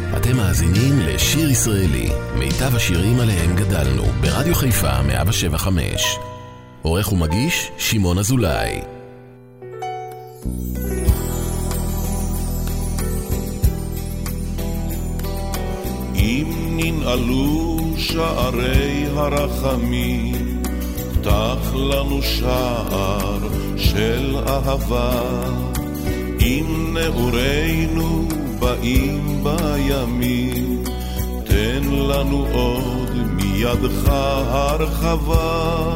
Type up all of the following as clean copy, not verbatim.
אתם מאזינים לשיר ישראלי, מיטב השירים עליהם גדלנו, ברדיו חיפה 175. עורך ומגיש שמעון אזולאי. אם ננעלו שערי הרחמים, פתח לנו שער של אהבה. אם נעורינו באים בימים, תן לנו עוד מידך הרחבה.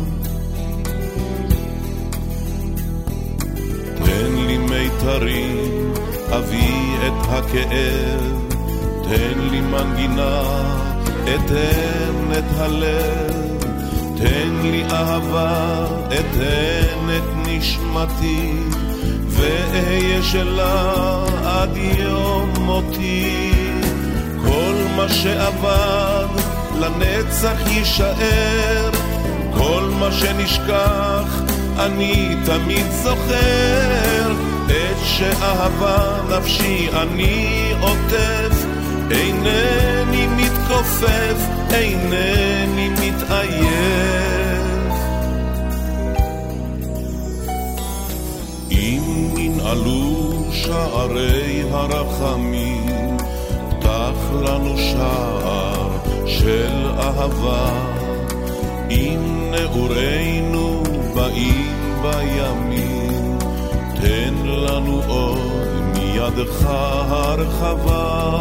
תן לי מיתרים, אביא את הכאב, תן לי מנגינה, אתן את הלב, תן לי אהבה, אתן את נשמתי, ואהיה שלה עד יום מותי. כל מה שעבד לנצח יישאר, כל מה שנשכח אני תמיד זוכר. את שאהבה נפשי אני עוטף, אינני מתכופף, אינני מתעייף. אם ננעלו שערי הרחמים, פתח לנו שער של אהבה. אם נעורינו באים בימים, תן לנו עוד מידך הרחבה.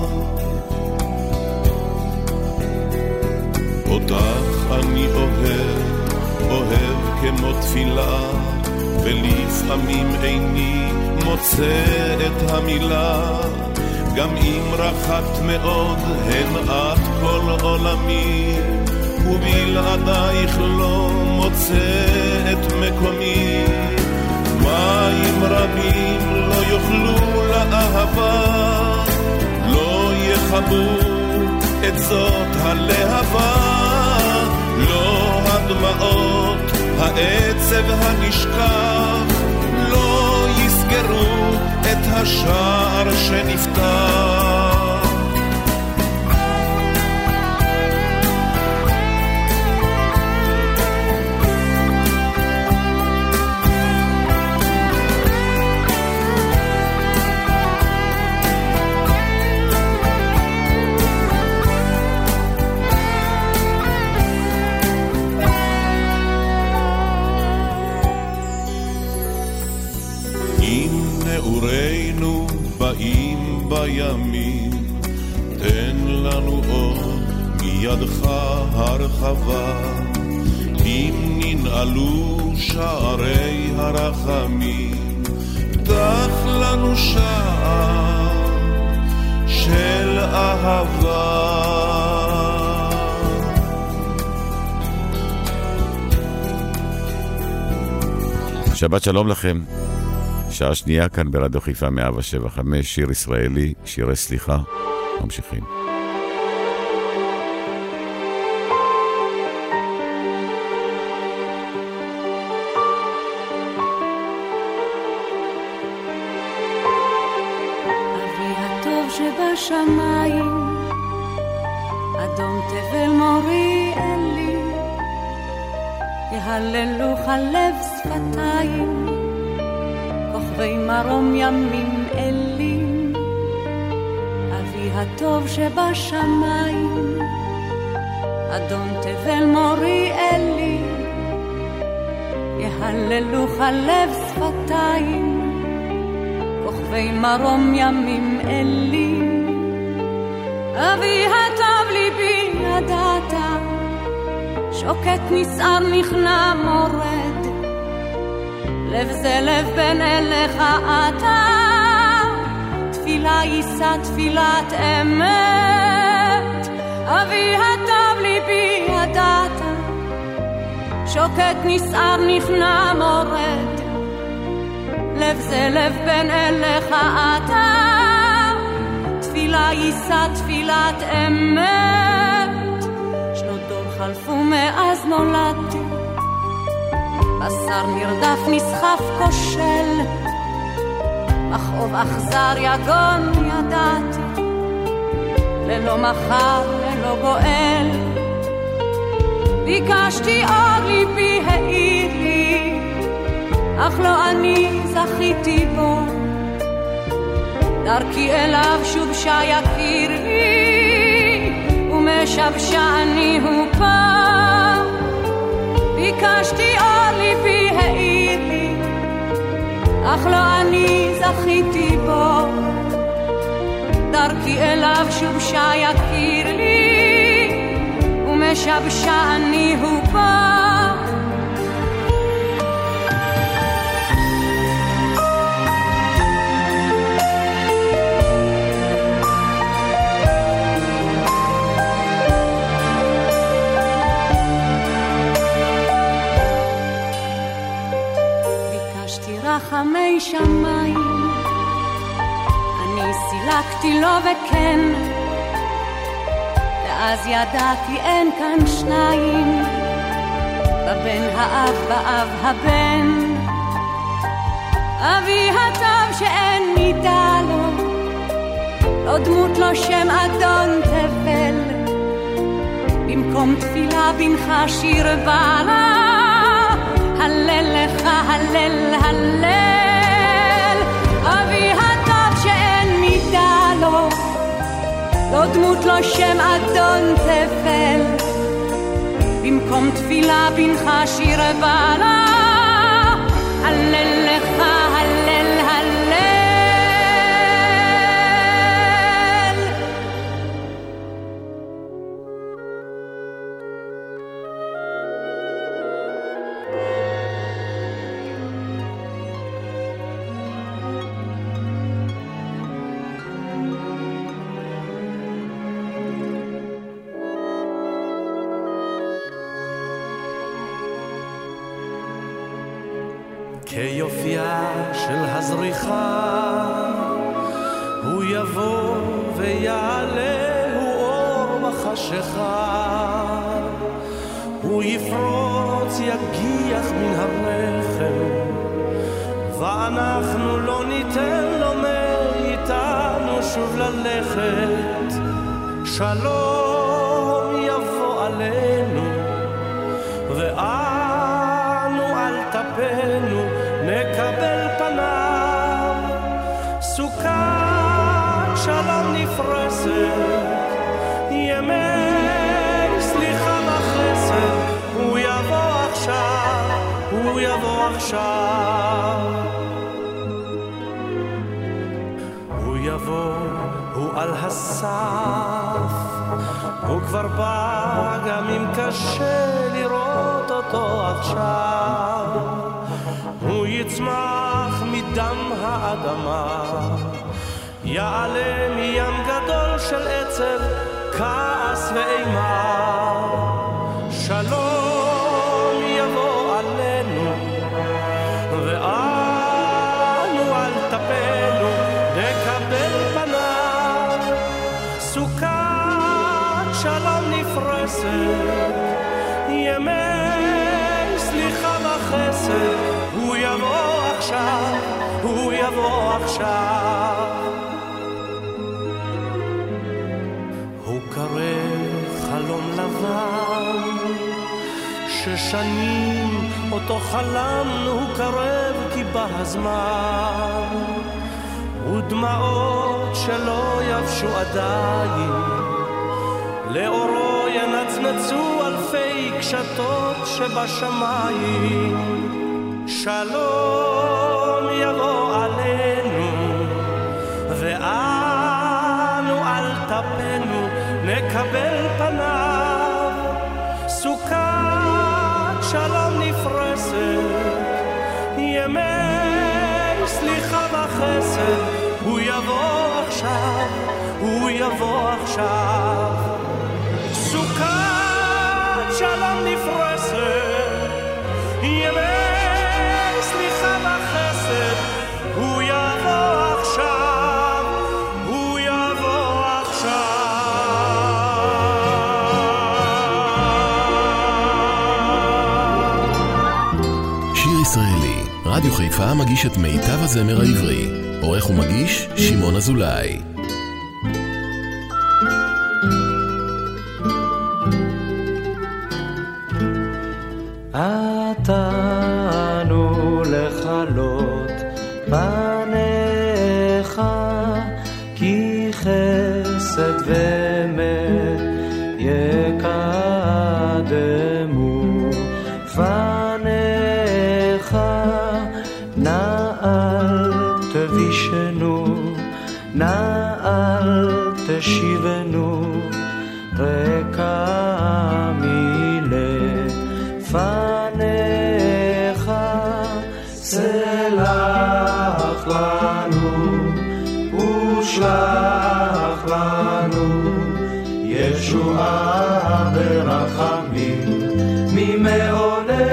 אותך אני אוהב, אוהב כמו תפילה, ולפעמים איני מוצא את המילה. גם אם רחקת מאוד, הן את כל עולמי, ובלעדייך לא מוצא את מקומי. מים רבים לא יוכלו לאהבה, לא יחבו את זאת הלהבה. לא הדמעות, העצב הנשכח, לא יסגרו את השער שנפתח. נעורינו באים בימים, תן לנו עוד מידך הרחבה. אם ננעלו שערי הרחמים, פתח לנו שער של אהבה. שבת שלום לכם. שעה שנייה כאן ברדיו חיפה 175, שיר ישראלי, שירי סליחה. ממשיכים. אבי הטוב שבשמיים, אדום תבל מורי אלי, יהללוך הלב שפתיים, כוכבי מרום ימים אלים. אבי הטוב שבשמיים, אדון תבל מורי אלי, יהללוך הלב שפתיים, כוכבי מרום ימים אלים. אבי הטוב ליבי ידעת, שוקט נסער נכנע מורד, לב זה לב בין אליך אתה, תפילה יישא תפילת אמת. אבי הטוב ליבי ידעת, שוקט נסער נכנע מורד, לב זה לב בין אליך אתה, תפילה יישא תפילת אמת. שנות דור חלפו מאז נולדתי, בשר נרדף נסחף כושל, מכאוב אכזר יגון ידעתי, ללא מחר, ללא גואל. ביקשתי עוד ליבי העיר לי, אך לא אני זכיתי בו. דרכי אליו שובשה יכיר לי, ומשבשה אני הוא פעם. ביקשתי עוד ליבי העיר לי, אך לא אני זכיתי בו. דרכי אליו שובשה יכיר לי, ומשבשה אני הוא פעם. רחמי שמיים, אני סילקתי לו וכן, ואז ידעתי אין כאן שניים, בבן האב באב הבן. אבי הטוב שאין מידה לו, לא דמות לו שם אדון תבל, במקום תפילה בנך שיר בעלה, הלל לך, הלל, הלל. אבי הטוב שאין מידה לו, לא דמות לו שם אדון תפל, במקום תפילה בנך שיר בעלה, הלל לך, הלל, הלל. כיופייה של הזריחה, הוא יבוא ויעלה, הוא אור בחשיכה. הוא יפרוץ יגיח מן הרחם, ואנחנו לא ניתן לו מאיתנו שוב ללכת. שלום יבוא עלינו, ואנו על טפנו נקבל פניו. סוכת שלום נפרסת, ימי סליחה וחסד. הוא יבוא עכשיו, הוא יבוא עכשיו. הוא יבוא, הוא על הסף, הוא כבר בא גם אם קשה לראות אותו עכשיו. הוא יצמח מדם האדמה, יעלה מים גדול של עצב, כעס ואימה. שלום יבוא עלינו, ואנו על טפנו נקבל פניו. סוכת שלום נפרסת, ימי סליחה וחסד. הוא יבוא עכשיו, הוא יבוא עכשיו. הוא קרב חלום לבן, ששנים אותו חלמנו. הוא קרב כי בא הזמן, ודמעות שלא יבשו עדיין, לאורו ינצנצו אלפי קשתות שבשמיים. שלום יבוא עלינו, ואנו על טפנו נקבל פניו. סוכת שלום נפרסת, ימי סליחה וחסד. הוא יבוא עכשיו, הוא יבוא עכשיו. סוכת שלום נפרסת, ימי סליחה וחסד. הוא יבוא עכשיו, הוא יבוא עכשיו. שיר ישראלי, רדיו חיפה מגיש את מיטב הזמר העברי. עורך ומגיש שמעון אזולאי. חסד ואמת יקדמו פניך, נא אל תבישנו, נא אל תשיבנו ריקה מלפניך. סלח לנו ושלח לנו ישועה ברחמים ממעונך.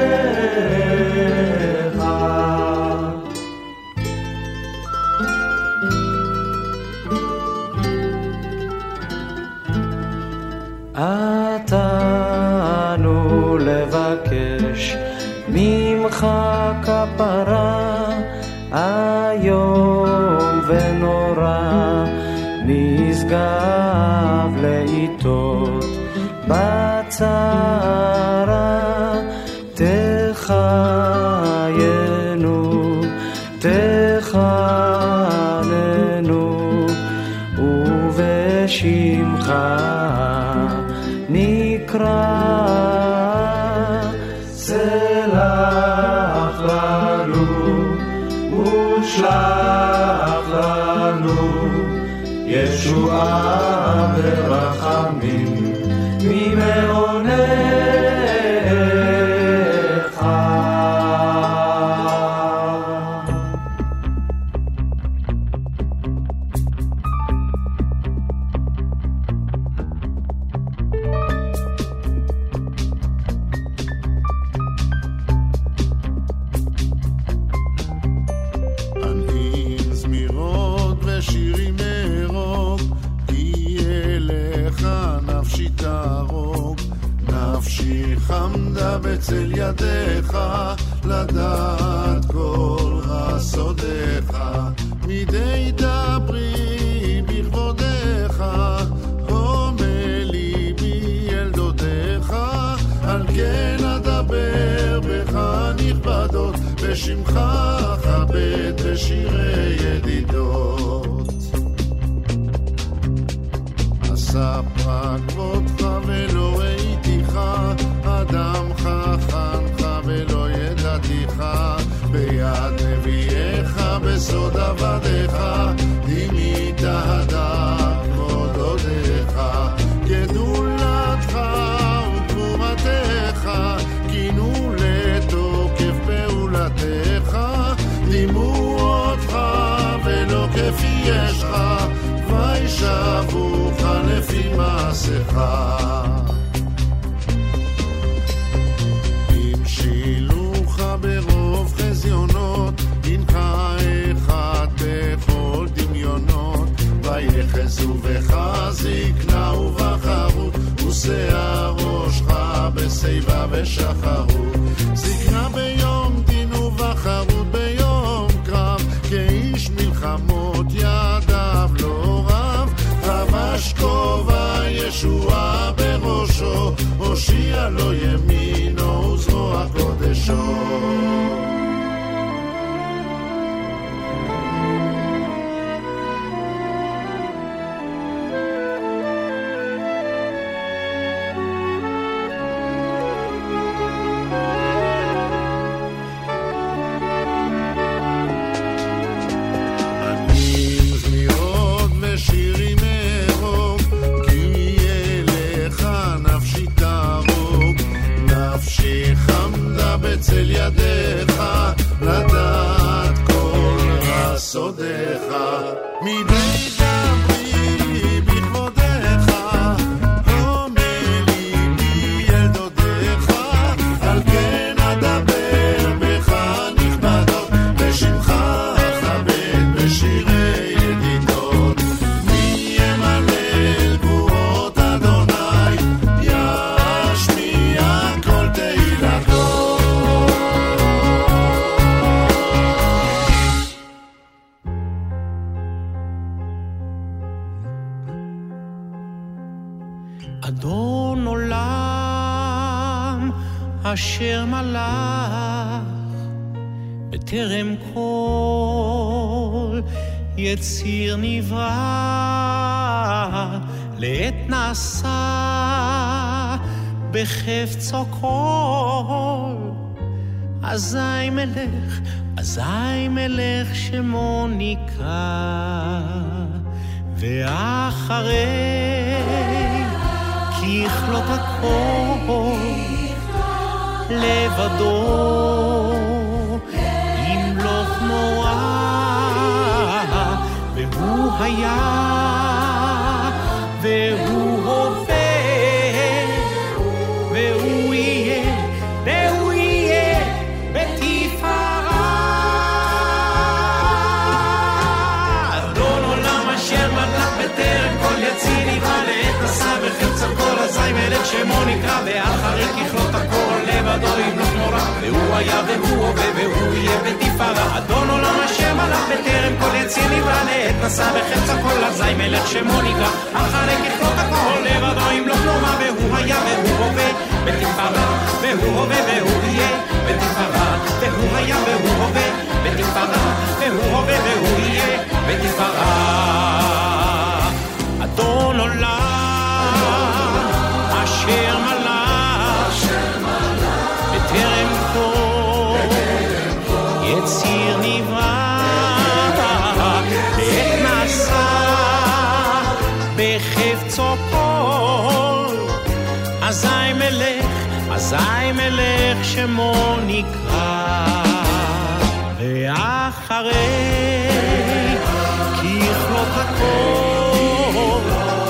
עתנו לבקש ממך כפרה היום ונורא, נשגב לעיתות בצרה, תחיינו תחננו ובשמך נקרא. סלח לנו ושלח לנו ישועה ברחמים ממעונך. בצל ידיך לדעת כל הסודך, מדי דברי בכבודך, הומה ליבי אל דודך, על כן אדבר בך נכבדות, בשמך כבד בשירי ידידות. אספרה כבודך ולא ראיתיך, אדם חכמך ולא ידעתיך, ביד נביאך בסוד עבדיך, דימית הדר כבוד עודך, גדולתך וגבורתך, כינו לתוקף פעולתך, דימו אותך ולא כפי ישך, וישבוך לפי מעשיך. ברוב חזיונות, הנך אחד בכל דמיונות, ויחזו בך זקנה ובחרות, ושיער ראשך בשיבה ושחרות. זקנה ביום דין ובחרות ביום קרב, כאיש מלחמות ידיו לא רב, חבש כובע ישועה בראשו, הושיע לו ימינו וזרוע קודשו. בצל ידיך לדעת כל הסודך, מדי דברי בכבודך, הומה ליבי אל דודך, על כן אדבר בך נכבדות, בשמך כבד בשירי ידידות. מי ימלל גבורות אדוני, ישמיע כל תהילתו. אדון עולם אשר מלך בטרם כל יציר נברא לעת נעשה בחפצו כל אזי מלך שמו נקרא ואחרי כי יכלות הכל לבדו ימלוך נורא והוא היה והוא הווה והוא יהיה בתפארה אדון עולם אשר מלך בטרם כל יציר נברא לעת נעשה בחפצו כל אזי מלך שמו נקרא ואחרי ככלות הכל לבדו ימלוך נורא והוא היה והוא הווה והוא יהיה בתפארה אדון עולם אשר מלך בטרם כל יציר נברא לעת נעשה בחפצו כל אזי מלך שמו נקרא אחרי ככלות הכל לבדו ימלוך נורא והוא היה והוא הווה בתפארה והוא הווה והוא יהיה בתפארה והוא היה והוא הווה בתפארה והוא הווה והוא יהיה בתפארה אדון עולם אשר מלך בטרם כל יציר נברא לעת נעשה בחפצו כל אזי מלך שמו נקרא ואחרי כי יכלות הכל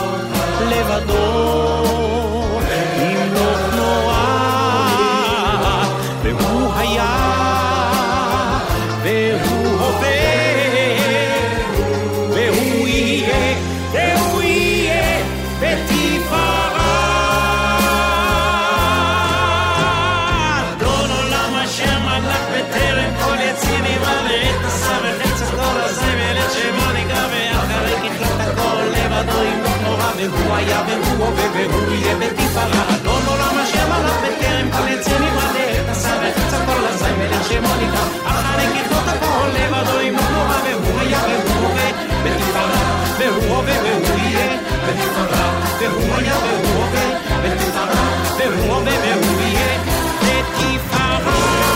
לבדו ימלוך נורא והוא היה והוא הווה והוא יהיה בתפארה אדון עולם אשר מלך בטרם כל יציר נברא לעת נעשה בחפצו כל אזי מלך שמו נקרא ואחרי ככלות הכל לבדו ימלוך נורא והוא היה והוא הווה והוא יהיה בתפארה אדון עולם אשר מלך בטרם כל יציר נברא לעת נעשה בחפצו כל אזי מלך שמו נקרא אחרי ככלות הכל לבדו ימלוך נורא והוא היה והוא הווה בתפארה והוא הווה והוא יהיה בתפארה והוא היה והוא הווה בתפארה והוא הווה והוא יהיה בתפארה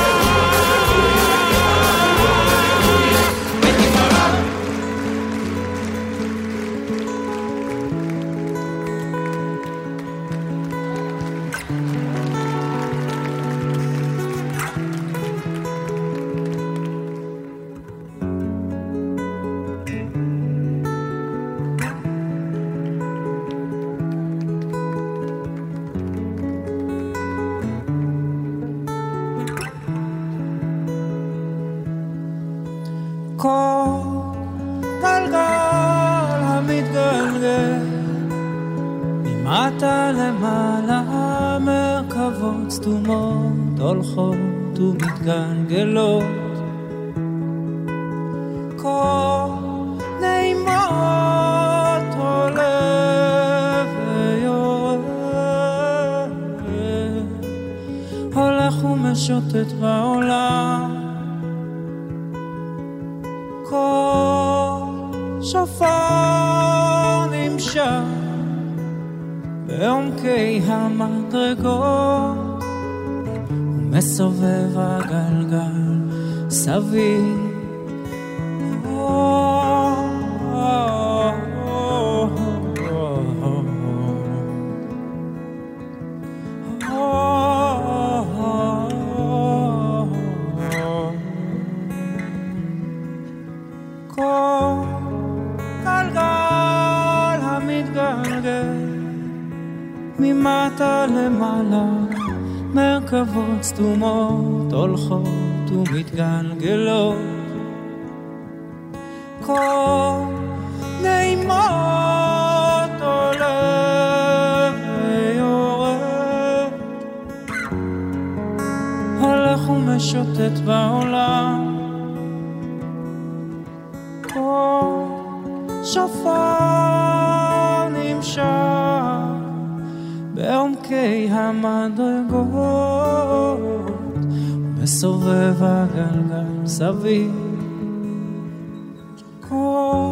סתומות הולכות ומתגלגלות כל נעימות עולה ויורד הולך ומשוטט בעולם כל שופר נמשך בעומקי המדרגות מסובב הגלגל סביב כל גלגל המתגלגל ממטה למעלה מרכבות סתומות הולכות ומתגלגלות כל נעימות עולה ויורד הולך ומשוטט בעולם כל שופר נמשך בעומקי המדרגות מסובב הגלגל סביב כל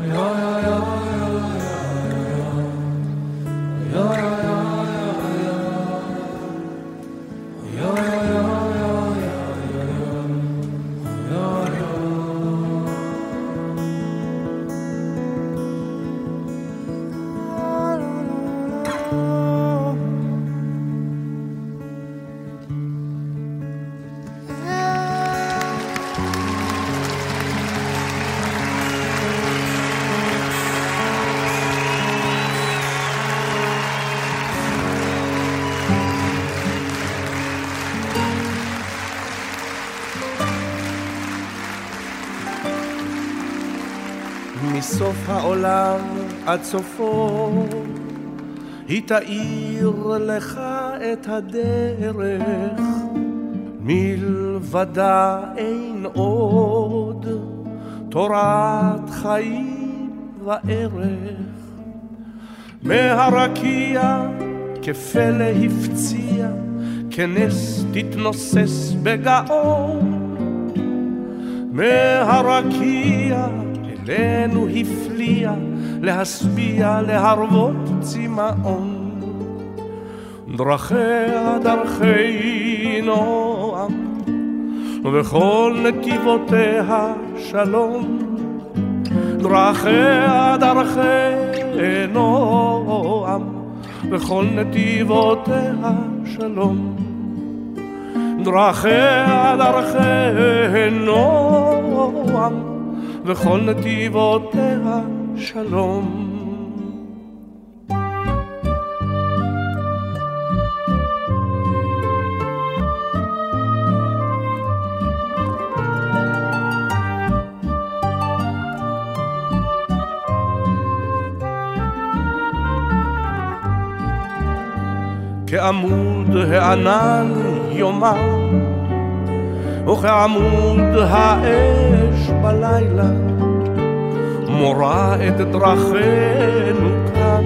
מסוף העולם עד סופו היא תאיר לך את הדרך, מלבדה אין עוד תורת חיים וערך. מהרקיע כפלא הפציע, כנס תתנוסס בגאון. מהרקיע אלינו הפליע, להשביע להרוות צמאון. דרכיה דרכי נועם, וכל נתיבותיה שלום. דרכיה דרכי נועם, וכל נתיבותיה שלום. דרכיה דרכי נועם, וכל נתיבותיה שלום. כעמוד הענן יומם, וכעמוד האש בלילה, מורה את דרכינו כאן,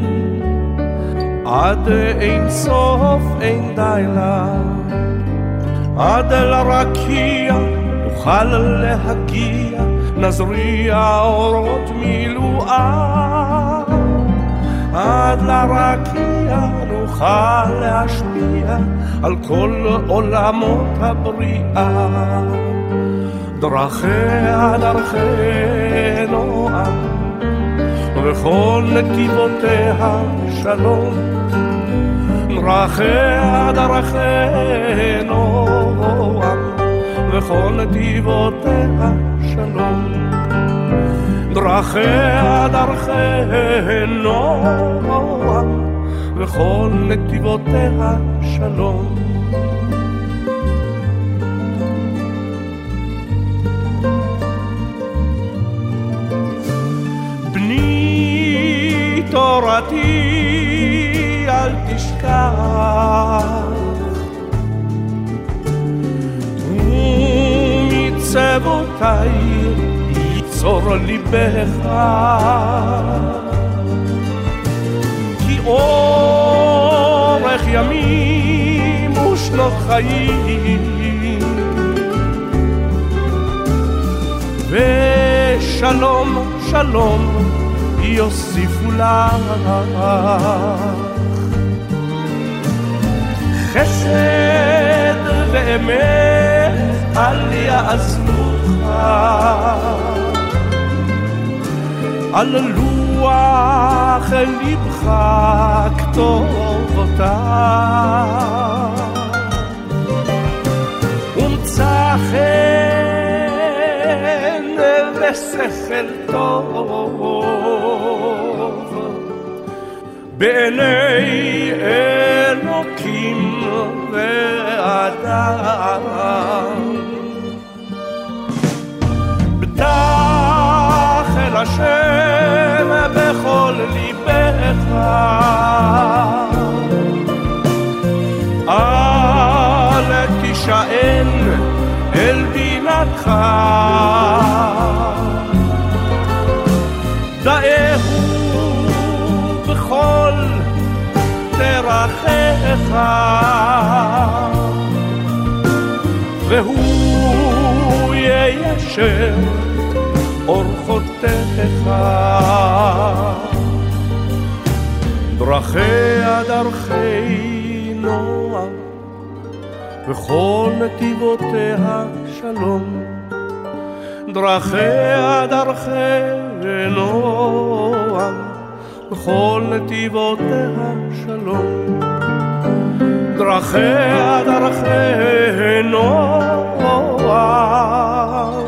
עד אין סוף אין די לה. עד אל הרקיע נוכל להגיע, נזריע אורות מילואה. עד לרקיע נוכל להשפיע על כל עולמות הבריאה. דרכיה דרכי נועם, וכל נתיבותיה שלום. דרכיה דרכי נועם, וכל נתיבותיה שלום. דרכיה דרכי נועם, וכל נתיבותיה שלום. בני תורתי אל תשכח, ומצוותיי יצור ליבך. כי אורך ימים ושנות חיים, ושלום שלום יוסיפו לך. חסד ואמת אל יעזבוך, על לוח לבך כתוב אותה. ומצא חן ושכל טוב בעיני אלוקים ואדם. בטח אל השם בכל ליבך, אל תישען אל בינתך. דאהו בכל דרכיך, והוא יישר אורחותיך. נתיבותיך, דרכיה דרכי נועם, וכל נתיבותיה שלום. דרכיה דרכי נועם, וכל נתיבותיה שלום. דרכיה דרכי נועם,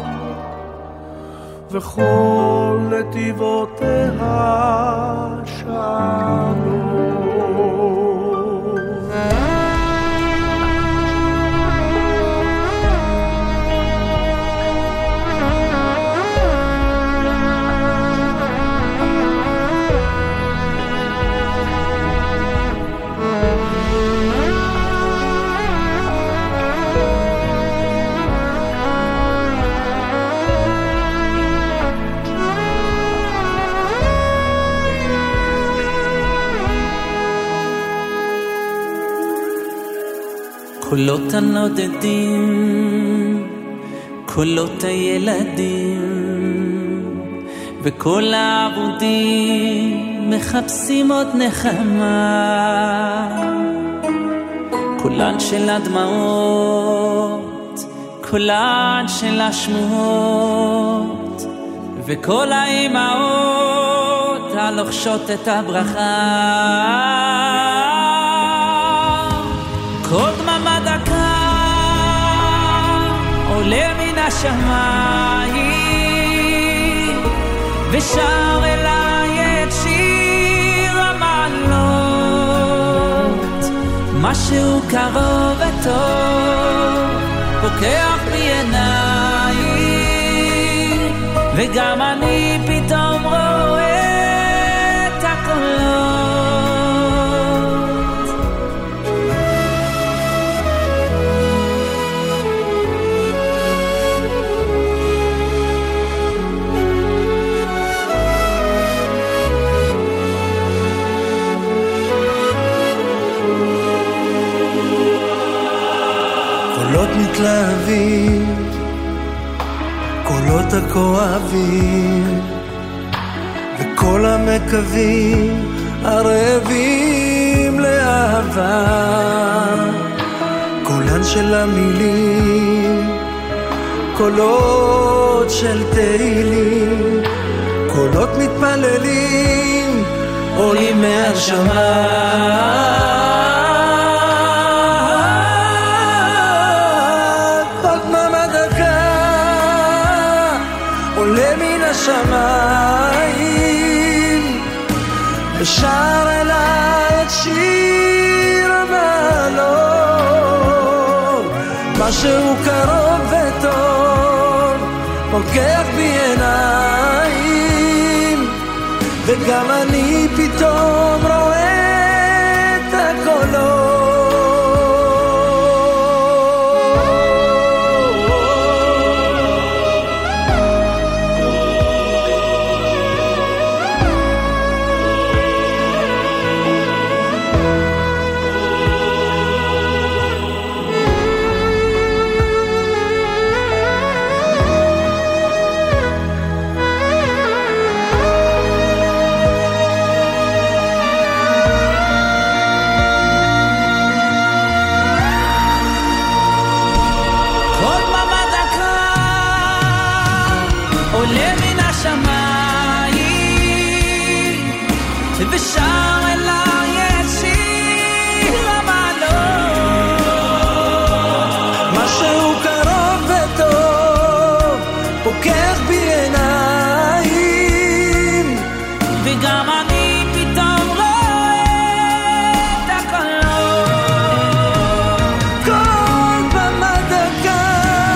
וכל נתיבותיה שלום. קולות הנודדים, קולות הילדים, וכל העבודים מחפשים עוד נחמה. קולן של הדמעות, קולן של השמועות, וכל האימהות הלוחשות את הברכה. כל דממה דקה עולה מן השמיים, ושר אליי את שיר המעלות. משהו קרוב וטוב פוקח בעיניי, וגם אני פתאום רואה את הקולות. קולות מתלהבים, קולות הכואבים, וכל המקווים הרעבים לאהבה. קולן של המילים, קולות של תהילים, קולות מתפללים עולים מהשמיים. השמיים, ושר אליי את שיר המעלות. משהו קרוב וטוב פוקח בעיניים, וגם אני פתאום רואה את הקולות. ושר אליי את שיר המעלות. משהו קרוב וטוב פוקח בעיניים, וגם אני פתאום רואה את הקולות. כל במה דקה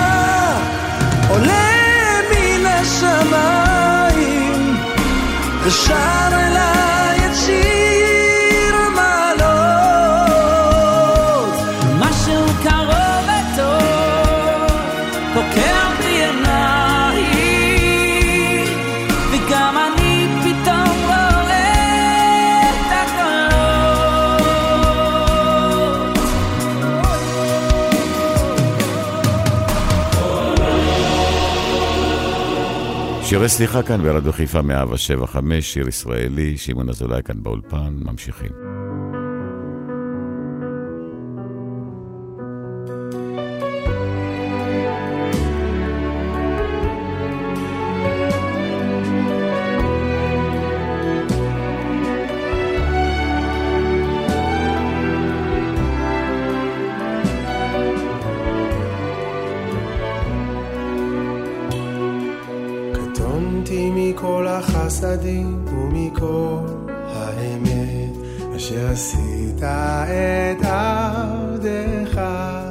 עולה מן השמיים, ושר אליי שיר המעלות. משהו קרוב וטוב פוקח בעיניי, וגם אני פתאום רואה את הקולות. שיר שירי סליחה כאן ברדיו חיפה 107.5, שיר ישראלי, שמעון אזולאי כאן באולפן, ממשיכים. מכל החסדים ומכל האמת אשר עשית את עבדך.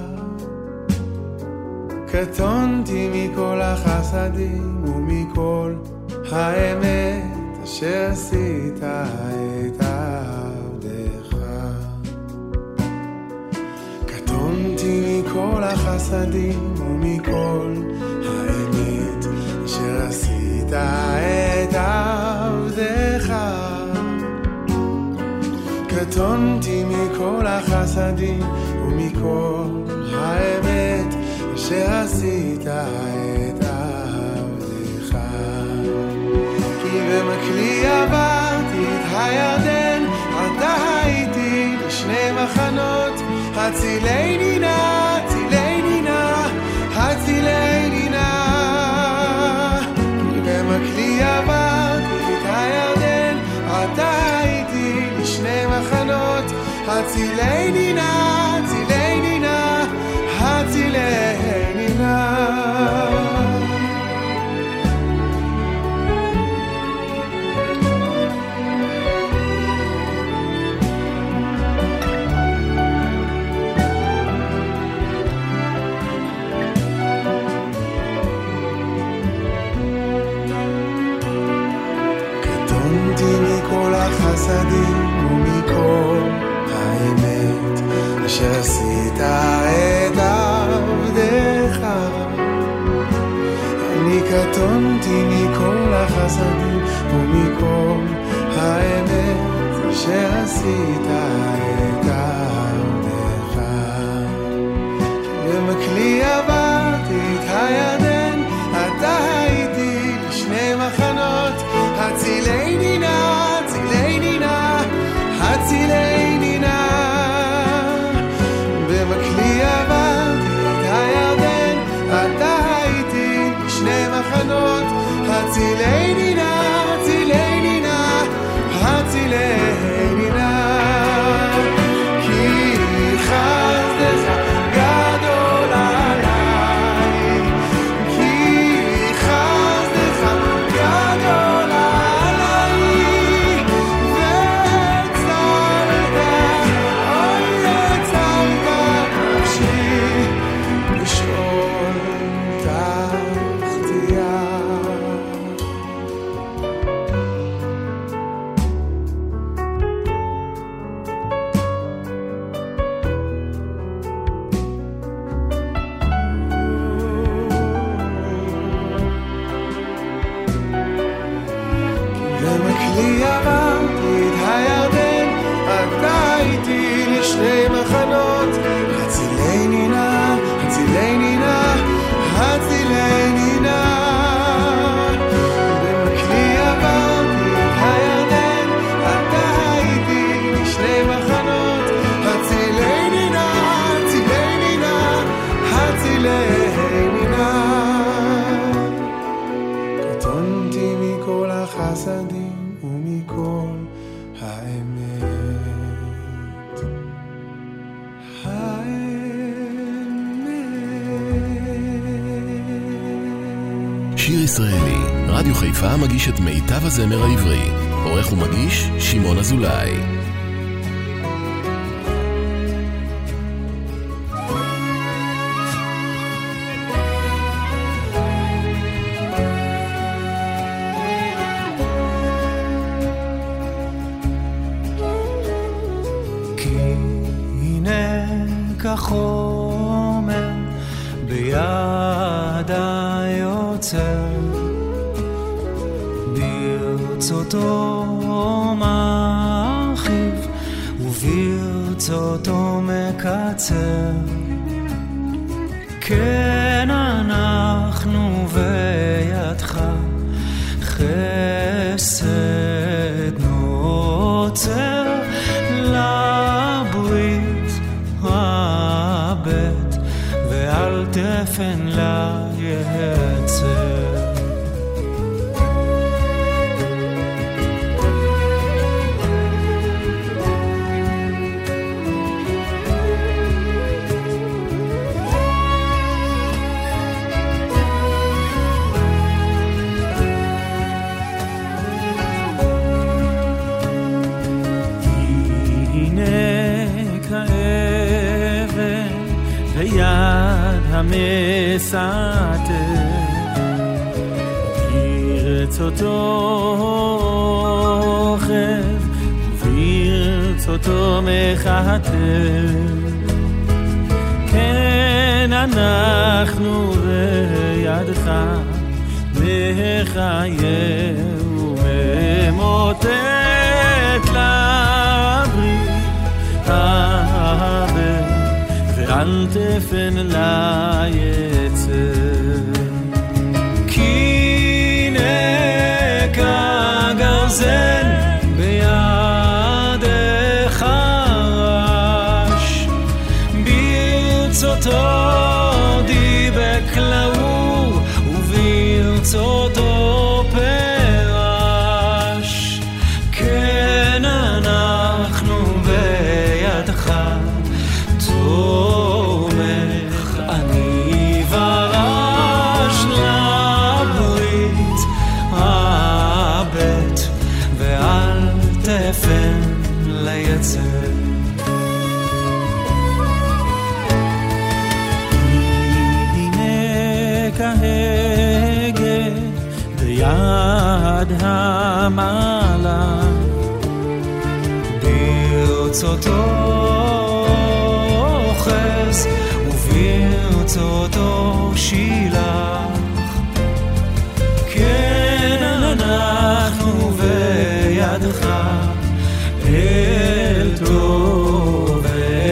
קטונתי מכל החסדים ומכל האמת אשר עשית את עבדך. קטונתי מכל החסדים ומכל האמת אשר עשית את עבדך. קטונתי מכל החסדים ומכל האמת אשר עשית את עבדך. כי במקלי עברתי את הירדן, אתה הייתי לשני מחנות. הצילני נא, הצילני נא, הצילני נא. במקלי עברתי את הירדן, אתה הייתי לשני מחנות. הצילני נא, הצילני נא, הצילני נא. מכל החסדים ומכל האמת אשר עשית את עבדך. אני קטונתי מכל החסדים ומכל האמת אשר עשית את עבדך. במקלי עברתי את הירדן, אתה הייתי לשני מחנות. הצילני נא, הצילני נא, הצילני נא. במקלי עברתי את הירדן, אתה הייתי לשני מחנות. הצילני נא, הצילני נא, הצילני נא. כי חסדך גדול עליי, כי חסדך גדול שיר ישראלי, רדיו חיפה מגיש את מיטב הזמר העברי. עורך ומגיש שמעון אזולאי. כי הנה כחומר ביד היוצר, ברצותו מרחיב וברצותו מקצר. כן אנחנו בידך, עוצר לברית הבט ועל תפן לה יצר. יד המסעת ברצותו חב וברצותו מחתב. כן אנחנו בידך מחיה וממוטט לברית הבן ועל תפן לה יצר. כי נקע גרזן בידך רש ברצותו דיבק לאור וברצותו פרש. כן אנחנו בידך תומך אני ורש לברית הבט ועל תפן ליצר. הנה כהגה ביד המעלה ברצותו חס וברצותו שילח. כן אנחנו בידך אל טוב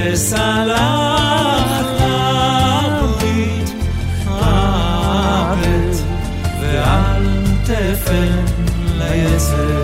וסלח לברית הבט ועל תפן ליצר.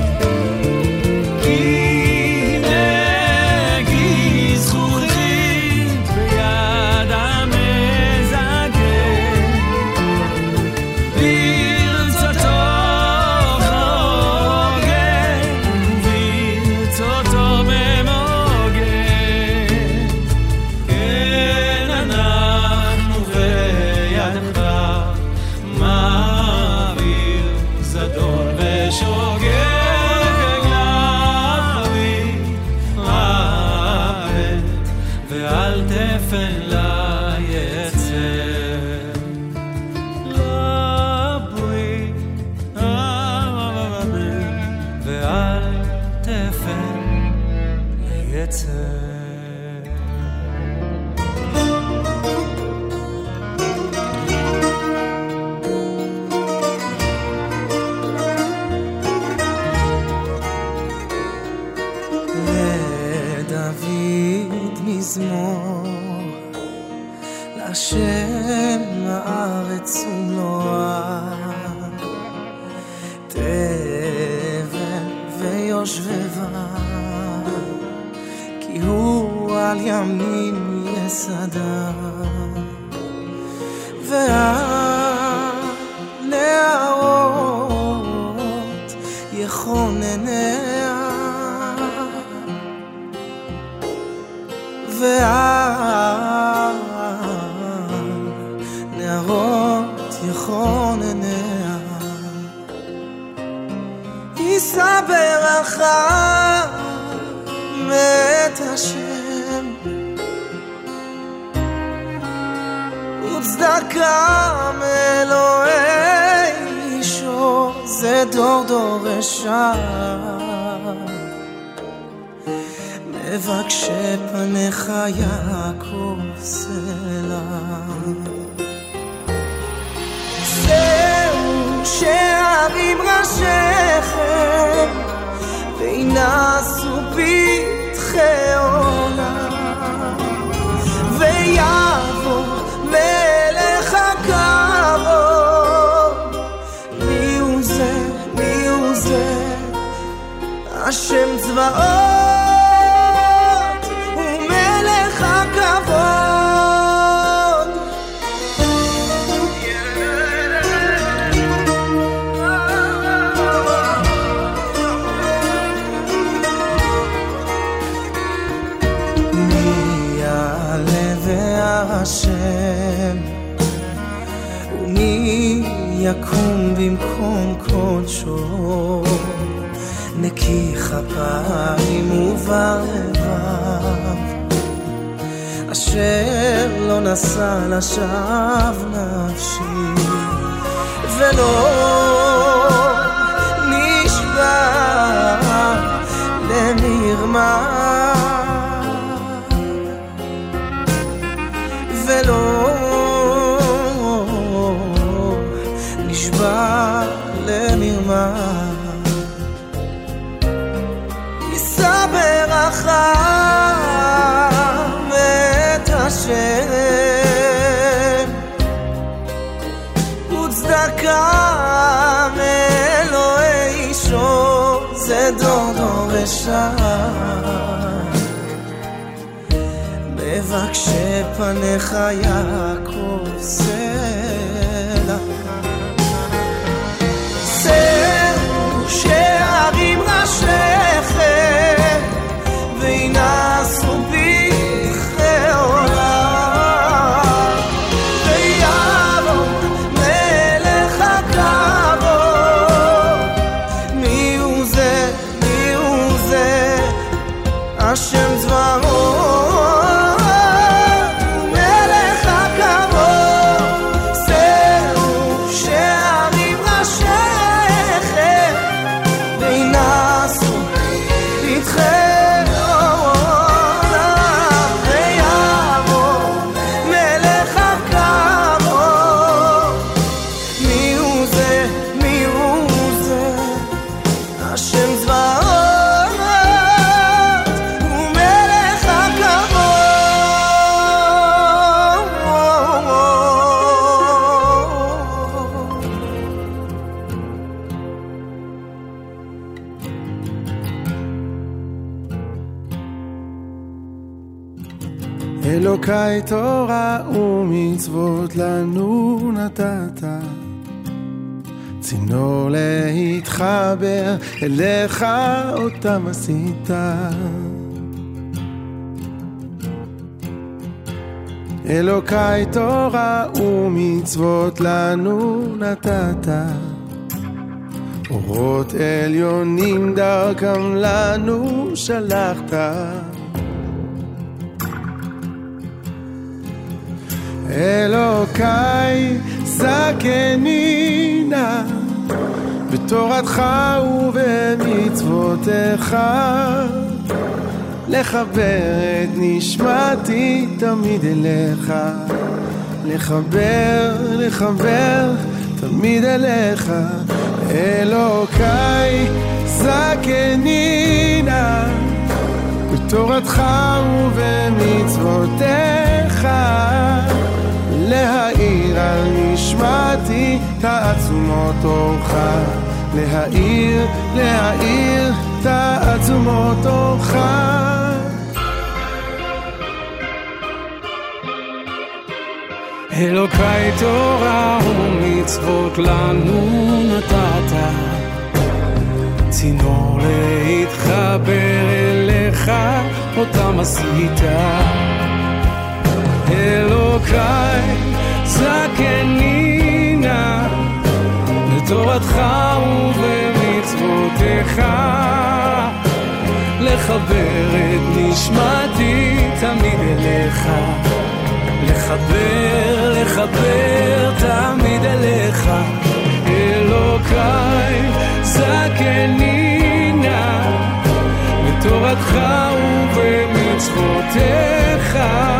והנערות יכונניה והנערות יכונניה יישא ברכה מת השם וצדקה מאלוהי אישו זה דור דורשה מבקשי פניך יעקב סלע. זהו שערים ראשיכם וינשאו פתחי עולם ויבוא מלך הכבוד. מי הוא זה השם צבאות ומלך הכבוד. השם ומי יקום במקום קודשו, נקי כפיים ובר לבב, אשר לא נשא לשווא נפשי ולא נשבע למרמה ולא נשבע למרמה. יישא ברכה את השם וצדקה מאלוהי אישו, זה דור דור ושם. מבקשי פניך יעקב סלע, סלעו שערים ראשיכם וינשאו פתחי עולם, ויבוא מלך הכבוד. מי הוא זה, מי הוא זה, השם צבאות אלוקי תורה ומצוות לנו נתת, צינור להתחבר אליך אותם עשית. אלוקי תורה ומצוות לנו נתת, אורות עליונים דרכם לנו שלחת. אלוקי זכני נא בתורתך ובמצוותיך, לחבר את נשמתי תמיד אליך, לחבר, לחבר תמיד אליך. אלוקי זכני נא בתורתך ובמצוותיך, להאיר על נשמתי תעצומות אורך, להאיר, להאיר תעצומות אורך. אלוקי תורה ומצוות לנו נתת, צינור להתחבר אליך אותם עשית. אלוקי זכני נא בתורתך ובמצוותיך, לחבר את נשמתי תמיד אליך, לחבר, לחבר תמיד אליך. אלוקי זכני נא בתורתך ובמצוותיך,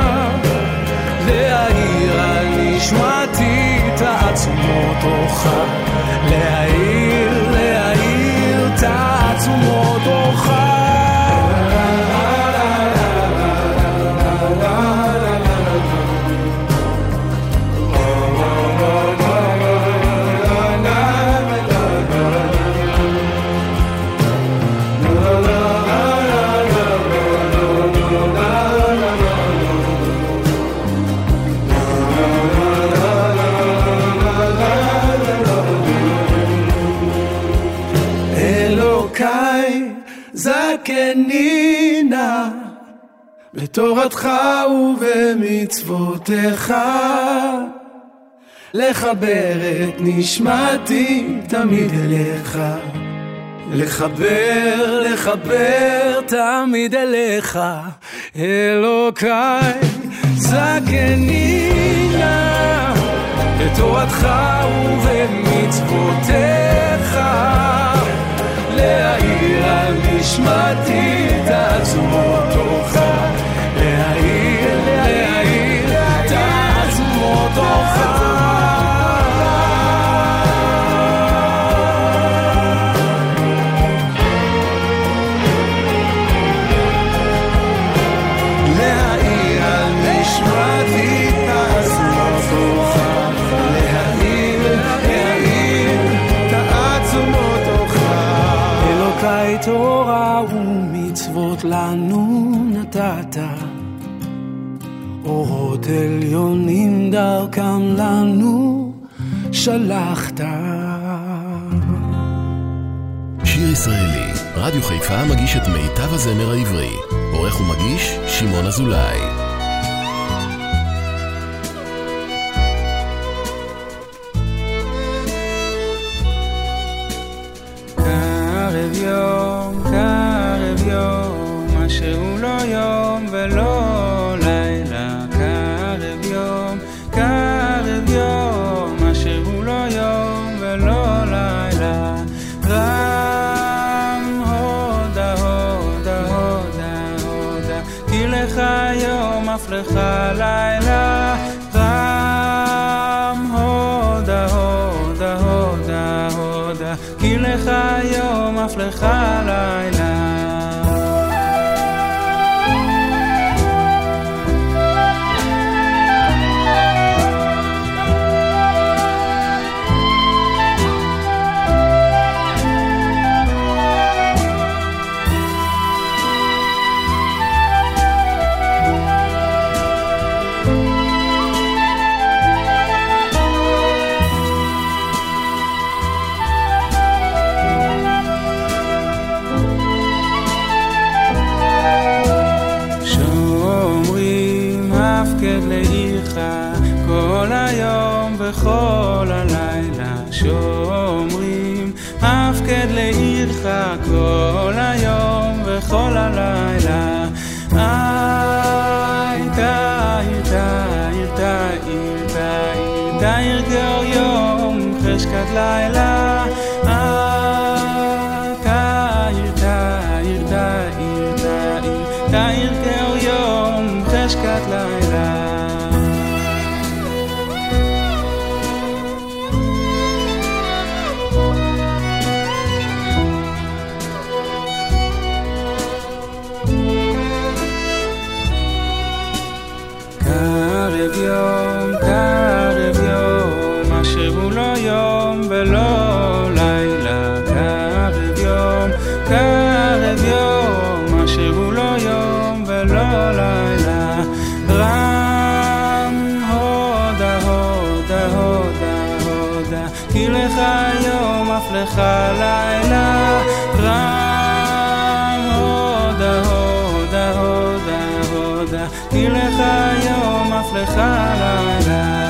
להאיר על נשמתי תעצומות אורך, להאיר, להאיר תעצומות אורך. la אלוקיי זכני נא בתורתך ובמצוותיך, לחבר את נשמתי תמיד אליך, לחבר תמיד אליך. אלוקיי זכני נא בתורתך ובמצוותיך, להאיר על נשמתי תעצומותיך, להאיר תעצומותיך. תורה ומצוות לנו נתת, אורות עליונים דרכם לנו שלחת. שיר ישראלי, רדיו חיפה מגיש את מיטב הזמר העברי. עורך ומגיש שמעון אזולאי. קרב יום, מה שהוא לא יום ולא לילה. קרב יום, מה שהוא לא יום ולא לילה. רם הודה, הודה, הודה, הודה, כי לך יום אף לך לילה. רם הודה, הודה, הודה, הודה, כי לך יום אף לך לילה. כל היום וכל הלילה, שומרים הפקד לעירך כל היום וכל הלילה. תאיר, תאיר, תאיר, תאיר, תאיר כאור יום חשכת לילה. תאיר, תאיר, תאיר, תאיר, תאיר כאור יום חשכת לילה. קרב יום, מה שהוא לא יום ולא לילה. קרב יום, מה שהוא לא יום ולא לילה. רם הודה, הודה, הודה, הודה, כי לך יום אף לך לילה. רם הודה, הודה, הודה, הודה, כי לך יום אף לך לילה.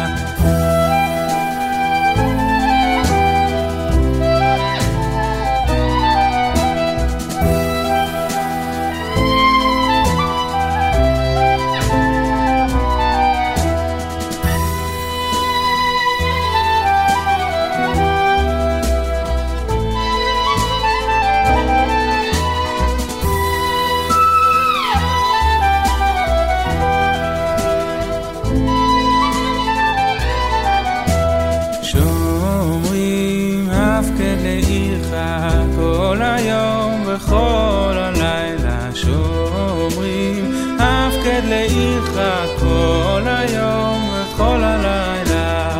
כל היום וכל הלילה, שומרים הפקד לעירך כל היום וכל הלילה.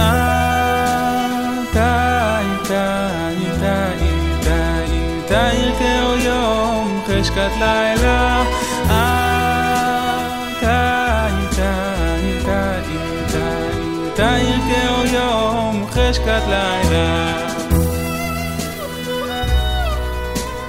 תאיר, תאיר, תאיר, תאיר, תאיר כאור יום חשכת לילה. תאיר, תאיר, תאיר, תאיר, תאיר כאור יום חשכת לילה.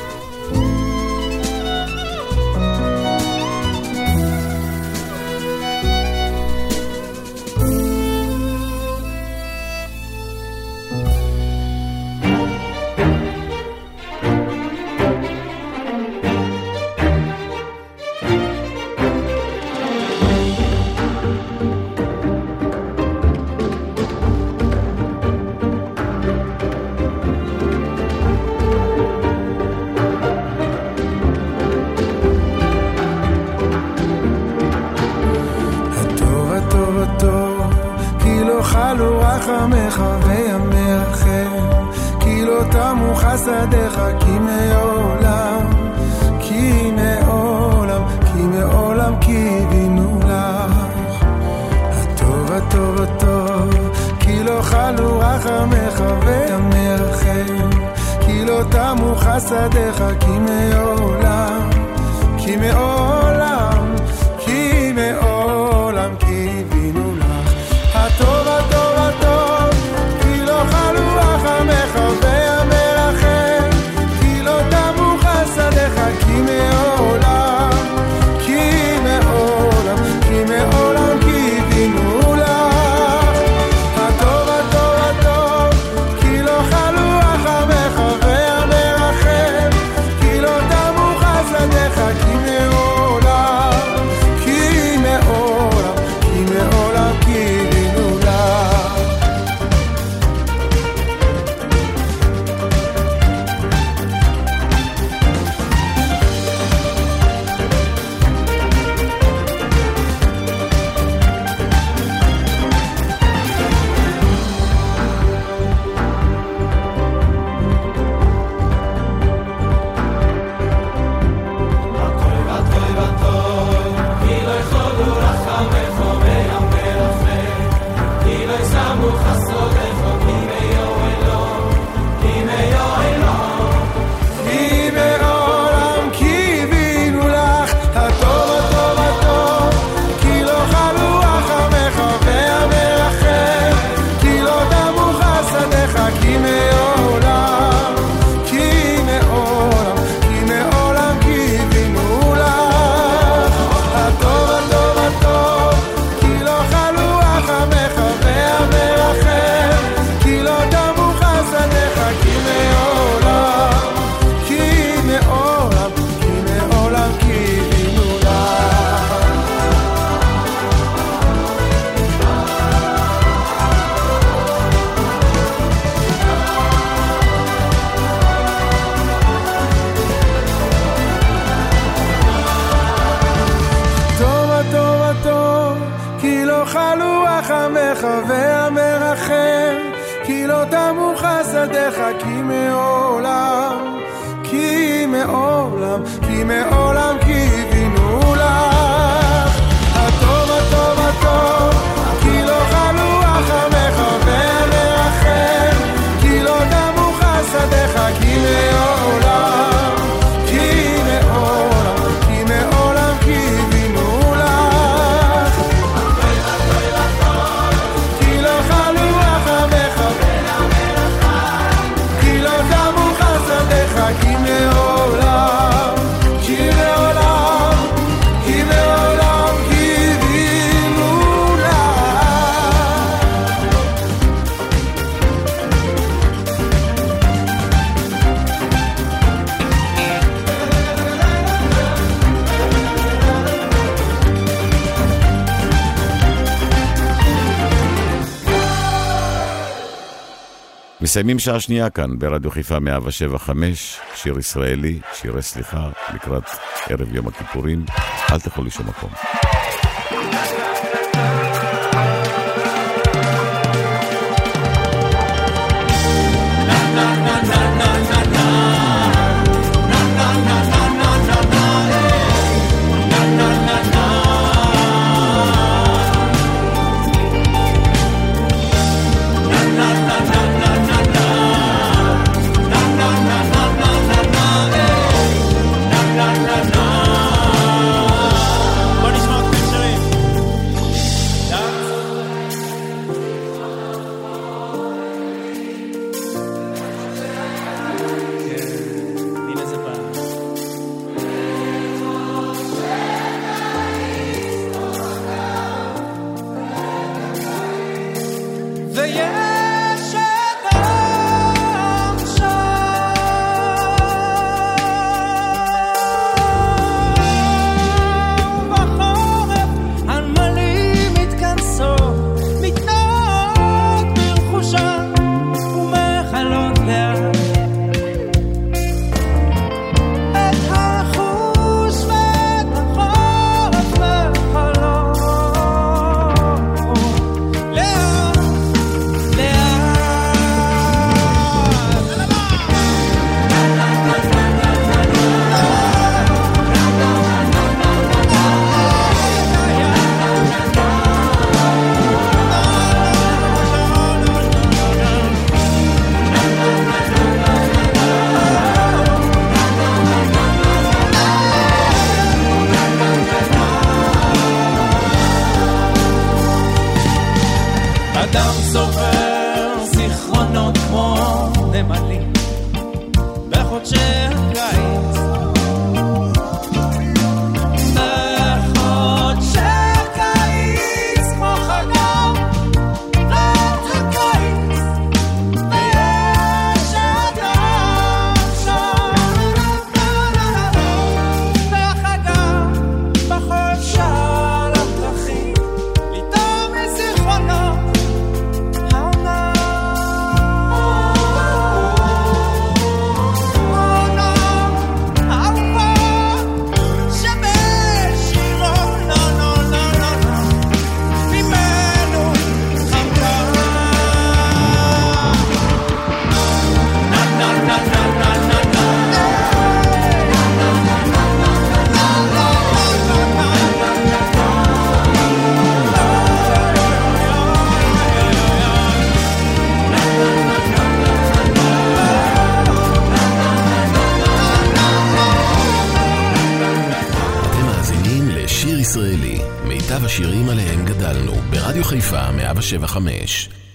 רחמך וימרחם, כי לא תמו חסדיך, כי מעולם, כי מעולם, כי מעולם קיווינו לך. הטוב הטוב הטוב, כי לא חלו רחמך וימרחם, כי לא תמו חסדיך, כי מעולם, כי מעולם, כי מעולם קיווינו לך. הטוב הטוב הטוב, כי לא חלו רחמך וימרחם, כי לא תמו חסדיך, כי מעולם, כי מעולם, כי מעולם קיווינו לך. הטוב הטוב הטוב, כי לא חלו רחמך וימרחם, כי לא תמו חסדיך, כי מעולם, כי מעולם, כי מעולם קיווינו לך. והמרחם, כי לא תמו חסדיך, כי מעולם, כי מעולם, כי מעולם קיווינו לך. הטוב הטוב הטוב, כי לא חלו רחמך והמרחם, כי לא תמו חסדיך, כי מעולם, כי מעולם, כי מעולם קיווינו לך. כי מעולם, כי מעולם, כי מעולם קיווינו לך. מסיימים שעה שנייה כאן ברדיו חיפה 107.5, שיר ישראלי, שירי סליחה, לקראת ערב יום הכיפורים. אל תלכו לשום מקום. בוא נשמע אתכם השירים עליהם גדלנו, ברדיו חיפה 107.5.